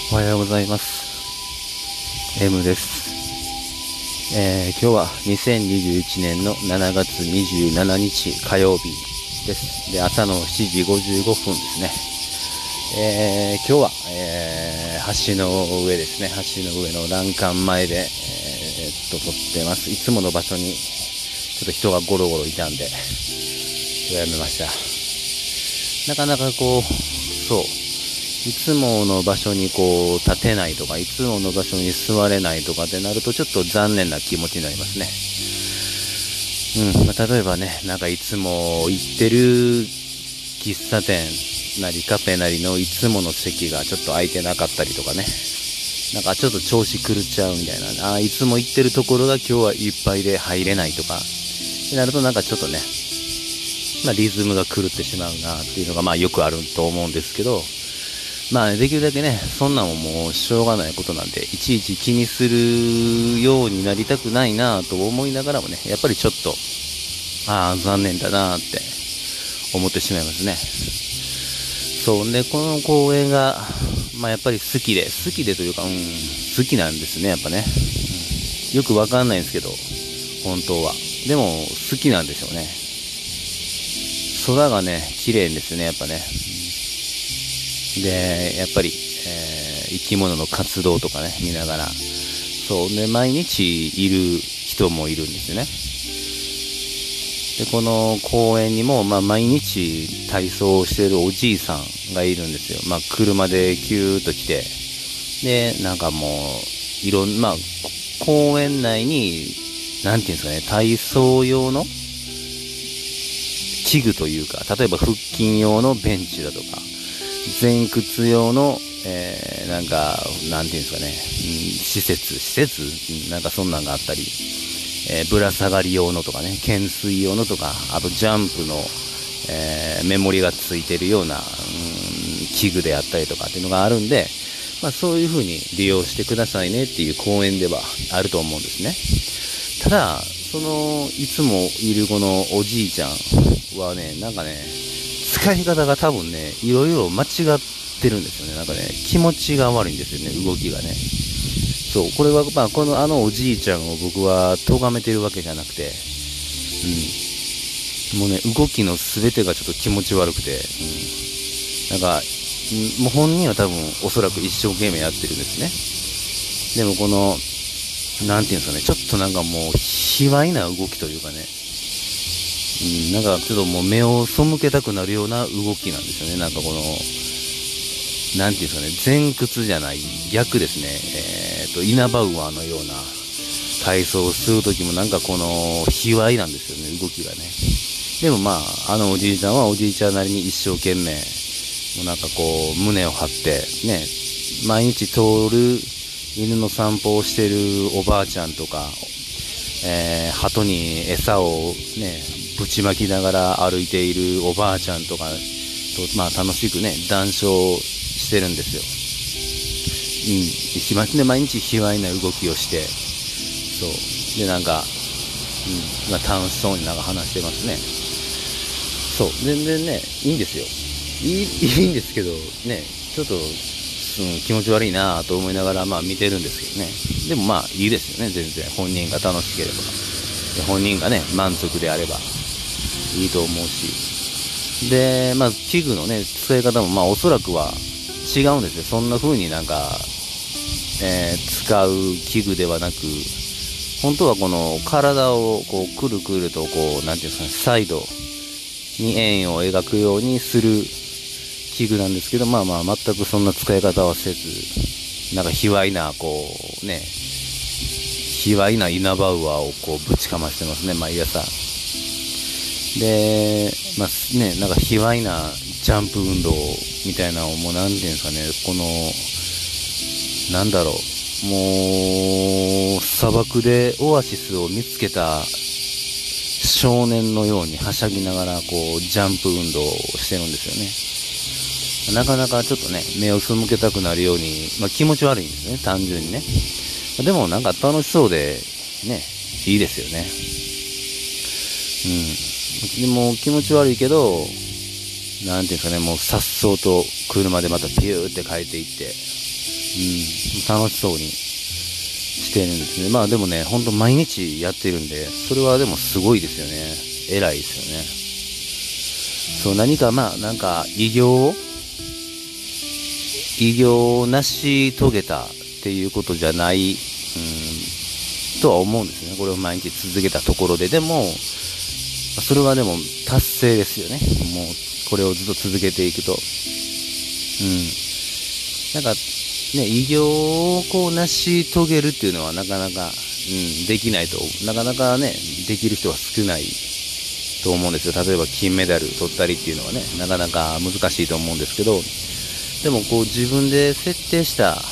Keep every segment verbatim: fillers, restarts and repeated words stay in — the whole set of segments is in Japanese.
おはようございます。 M です。えー、今日はにせんにじゅういちねんのしちがつにじゅうしちにち火曜日です。で、朝のしちじごじゅうごふんですね。えー、今日は、えー、橋の上ですね。橋の上の欄干前で、えー、っと撮ってます。いつもの場所にちょっと人がゴロゴロいたんでやめました。なかなかこうそういつもの場所にこう立てないとか、いつもの場所に座れないとかってなるとちょっと残念な気持ちになりますね。うん、まあ、例えばね、なんかいつも行ってる喫茶店なりカフェなりのいつもの席がちょっと空いてなかったりとかね、なんかちょっと調子狂っちゃうみたいな、あ、いつも行ってるところが今日はいっぱいで入れないとかってなると、なんかちょっとね、まあ、リズムが狂ってしまうなっていうのがまあよくあると思うんですけど、まあ、ね、できるだけね、そんなんももうしょうがないことなんで、いちいち気にするようになりたくないなと思いながらもね、やっぱりちょっと、ああ、残念だなって思ってしまいますね。そうね、この公園が、まあやっぱり好きで、好きでというか、うん、好きなんですね、やっぱね。うん、よくわかんないんですけど、本当は。でも、好きなんでしょうね。空がね、綺麗ですね、やっぱね。で、やっぱり、えー、生き物の活動とかね、見ながら、そうね、毎日いる人もいるんですよね。で、この公園にも、まあ、毎日体操をしているおじいさんがいるんですよ。まあ、車でキューッと来て、で、なんかもう、いろん、まあ、公園内に、なんていうんですかね、体操用の器具というか、例えば腹筋用のベンチだとか、前屈用の、えー、なんか、なんていうんですかね、うん、施設、施設、うん、なんかそんなんがあったり、えー、ぶら下がり用のとかね、懸垂用のとか、あとジャンプの、えー、メモリがついてるような、うん、器具であったりとかっていうのがあるんで、まあそういう風に利用してくださいねっていう公園ではあると思うんですね。ただ、その、いつもいるこのおじいちゃんはね、なんかね、使い方が多分ね、いろいろ間違ってるんですよね。なんかね、気持ちが悪いんですよね、動きがね。そう、これは、まあ、このあのおじいちゃんを僕は咎めてるわけじゃなくて、うん。もうね、動きの全てがちょっと気持ち悪くて、うん。なんか、もう本人は多分おそらく一生懸命やってるんですね。でもこの、なんていうんですかね、ちょっとなんかもう、卑猥な動きというかね、うん、なんかちょっともう目を背けたくなるような動きなんですよね。なんかこの、なんていうんですかね、前屈じゃない、逆ですね。えっと、イナバウアーのような体操をするときもなんかこの、卑猥なんですよね、動きがね。でもまあ、あのおじいちゃんはおじいちゃんなりに一生懸命、もうなんかこう、胸を張って、ね、毎日通る犬の散歩をしてるおばあちゃんとか、えー、鳩に餌をね、ぶちまきながら歩いているおばあちゃんとかと、まあ楽しくね、談笑してるんですよ。うん。ひまね、毎日卑猥な動きをして、そう。で、なんか、うん、まあ楽しそうになんか話してますね。そう。全然ね、いいんですよ。いい、いいんですけど、ね、ちょっと、うん、気持ち悪いなぁと思いながら、まあ見てるんですけどね。でもまあいいですよね、全然。本人が楽しければ。本人がね、満足であればいいと思うし。で、まあ器具のね、使い方もまあおそらくは違うんですよ。そんな風になんか、えー、使う器具ではなく、本当はこの体をこうくるくるとこう、なんていうんですかね、サイドに円を描くようにする器具なんですけど、まあまあ全くそんな使い方はせず、なんか卑猥な、こうね、卑猥なイナバウアーをこうぶちかましてますね、毎朝。で、まあね、なんか卑猥なジャンプ運動みたいなのをもうなんていうんですかね、この、なんだろう、もう、砂漠でオアシスを見つけた少年のようにはしゃぎながらこうジャンプ運動をしてるんですよね。なかなかちょっとね、目を背けたくなるように、まあ、気持ち悪いんですね、単純にね。でもなんか楽しそうでね、いいですよね。うん。でも気持ち悪いけど、なんていうんですかね、もう颯爽と車でまたピューって帰っていって、 楽しそうにしてるんですね。まあでもね、ほんと毎日やってるんで、それはでもすごいですよね。偉いですよね。そう、何かまあ、なんか偉業を、偉業を成し遂げたっていうことじゃない、うん、とは思うんですね。これを毎日続けたところで。でも、それはでも達成ですよね。もう、これをずっと続けていくと。うん。なんか、ね、偉業をこう成し遂げるっていうのはなかなか、うん、できないと、なかなかね、できる人は少ないと思うんですよ。例えば金メダル取ったりっていうのはね、なかなか難しいと思うんですけど、でもこう自分で設定した、うん、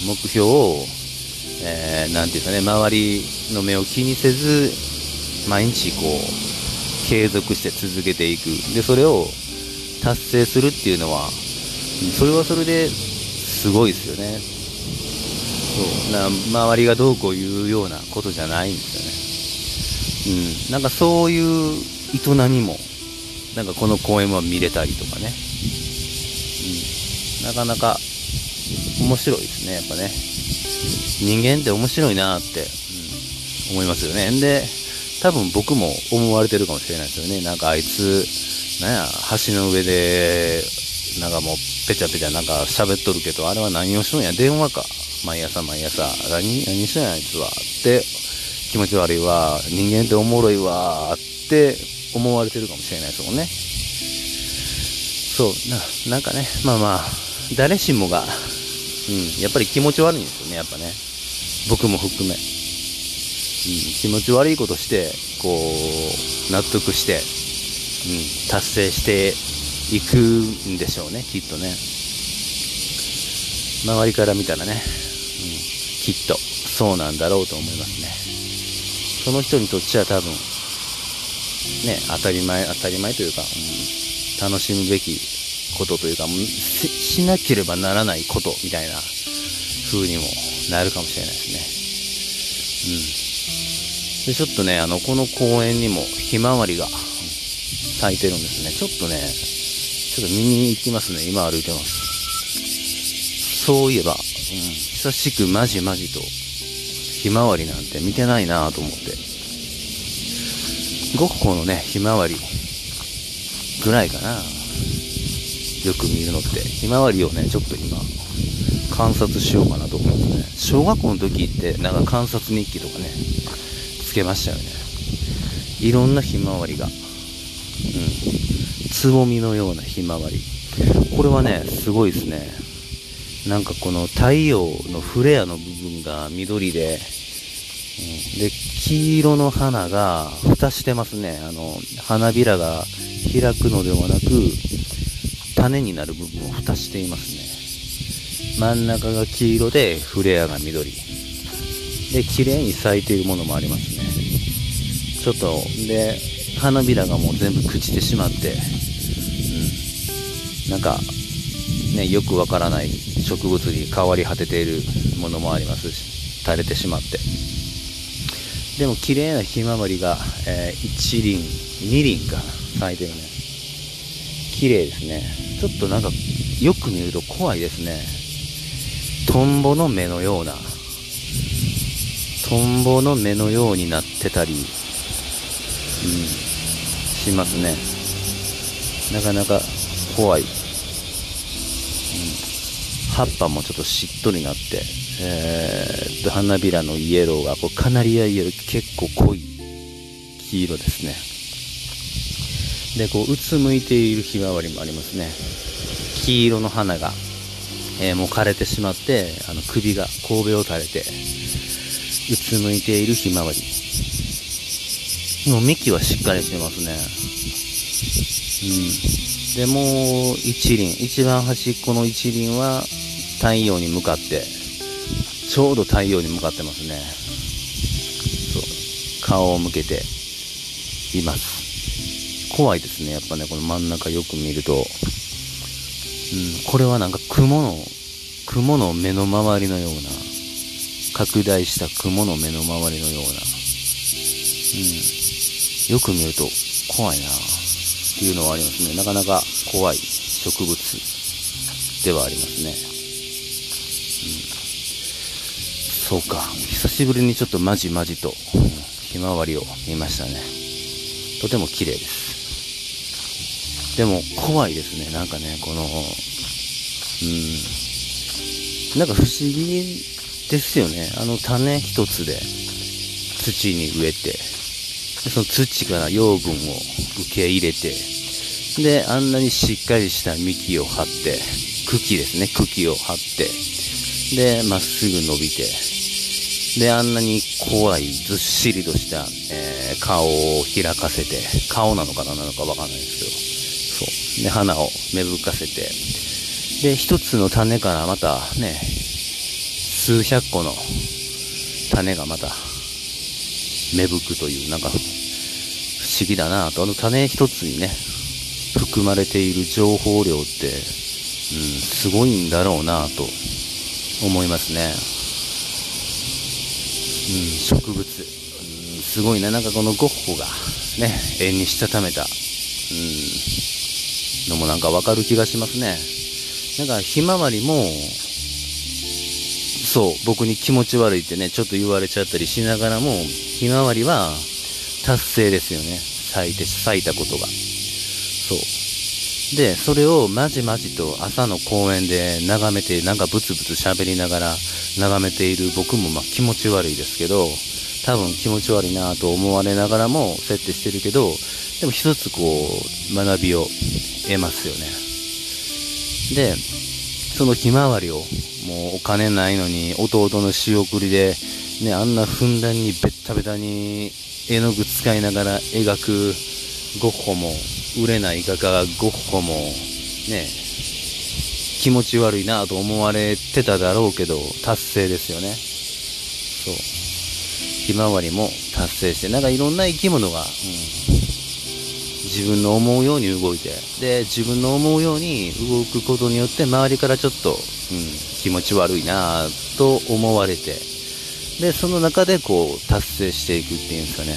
目標を、えー、なんていうかね、周りの目を気にせず、毎日こう、継続して続けていく。で、それを達成するっていうのは、それはそれですごいですよね。そうな、周りがどうこう言うようなことじゃないんですよね。うん。なんかそういう営みも、なんかこの公演は見れたりとかね。うん。なかなか面白いですね、やっぱね。人間って面白いなって、うん、思いますよね。で、多分僕も思われてるかもしれないですよね。なんかあいつ、なんや、橋の上で、なんかもう、ペチャペチャなんか喋っとるけど、あれは何をしとんや、電話か。毎朝毎朝、何、何しとんや、あいつは。って、気持ち悪いわ、人間っておもろいわ、って思われてるかもしれないですもんね。そう、な、なんかね、まあまあ、誰しもが、うん、やっぱり気持ち悪いんですよね、やっぱね。僕も含め。うん、気持ち悪いことして、こう、納得して、うん、達成していくんでしょうね、きっとね。周りから見たらね、うん、きっとそうなんだろうと思いますね。その人にとっちゃ多分、ね、当たり前、当たり前というか、うん、楽しむべきことというか、し、しなければならないことみたいな風にもなるかもしれないですね。うん。で、ちょっとね、あの、この公園にもひまわりが咲いてるんですね。ちょっとね、ちょっと見に行きますね。今歩いてます。そういえば、うん、久しくまじまじとひまわりなんて見てないなぁと思って。ゴッホのね、ひまわりぐらいかな。よく見るのって。ひまわりをね、ちょっと今、観察しようかなと思いますね。小学校の時ってなんか観察日記とかね、つけましたよね。いろんなひまわりが、うん、つぼみのようなひまわり。これはね、すごいですね。なんかこの太陽のフレアの部分が緑で、うん、で、黄色の花が蓋してますね。あの、花びらが開くのではなく、種になる部分を蓋していますね。真ん中が黄色で、フレアが緑。で、綺麗に咲いているものもありますね。ちょっと、で、花びらがもう全部朽ちてしまって、うん。なんか、ね、よくわからない植物に変わり果てているものもありますし、垂れてしまって。でも、綺麗なひまわりが、えー、いち輪、に輪か、咲いてるね。綺麗ですね。ちょっとなんか、よく見ると怖いですね。トンボの目のような、トンボの目のようになってたり、うん、しますね。なかなか怖い。うん、葉っぱもちょっとしっとりなって、えー、っと、花びらのイエローが、こうカナリアイエロー、結構濃い黄色ですね。で、こう、うつむいているひまわりもありますね。黄色の花が、えー、もう枯れてしまって、あの、首が、神戸を垂れて、うつむいているひまわり。もう幹はしっかりしてますね。うん。で、もう一輪、一番端っこの一輪は太陽に向かって、ちょうど太陽に向かってますね。そう。顔を向けています。怖いですね。やっぱね、この真ん中よく見ると。うん。これはなんか雲の、雲の目の周りのような、拡大した雲の目の周りのような、うん。よく見ると怖いなっていうのはありますね。なかなか怖い植物ではありますね。うんそうか、久しぶりにちょっとまじまじと、うん、ひまわりを見ましたね。とても綺麗です。でも怖いですね。なんかね、この、うん、なんか不思議ですよね。あの種一つで土に植えて、でその土から養分を受け入れて、で、あんなにしっかりした幹を張って、茎ですね、茎を張って、で、まっすぐ伸びて、で、あんなに怖い、ずっしりとした、えー、顔を開かせて、顔なのかななのかわかんないですけど、そう。で、花を芽吹かせて、で、一つの種からまたね、数百個の種がまた芽吹くという、なんか不思議だなと。あの種一つにね、含まれている情報量って、うん、すごいんだろうなと思いますね。うん、植物、うん、すごいな。なんかこのゴッホがね、絵にしたためた、うん、のもなんかわかる気がしますね。なんかひまわりも、そう、僕に気持ち悪いってね、ちょっと言われちゃったりしながらも、ひまわりは達成ですよね。咲いて、咲いたことが。そう。で、それをまじまじと朝の公園で眺めて、なんかブツブツ喋りながら眺めている僕もまあ気持ち悪いですけど、多分気持ち悪いなと思われながらも設定してるけど、でも一つこう、学びを得ますよね。で、そのひまわりを、もうお金ないのに弟の仕送りで、ね、あんなふんだんにベッタベタに絵の具使いながら描くゴッホも、売れない画家ゴッホもね、気持ち悪いなと思われてただろうけど、達成ですよね。そう、ひまわりも達成して、なんかいろんな生き物が、うん、自分の思うように動いて、で自分の思うように動くことによって周りからちょっと、うん、気持ち悪いなと思われて、でその中でこう達成していくっていうんですかね。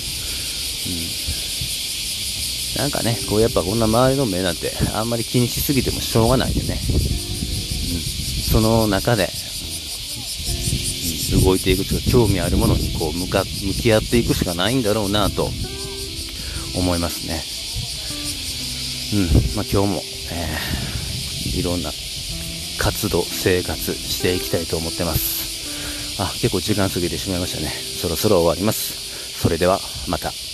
うん、なんかね、こうやっぱこんな周りの目なんてあんまり気にしすぎてもしょうがないんでね、うん、その中で、うん、動いていくというか、興味あるものにこう向か向き合っていくしかないんだろうなと思いますね。うん、まあ今日も、えー、いろんな活動生活していきたいと思ってます。あ、結構時間過ぎてしまいましたね。そろそろ終わります。それではまた。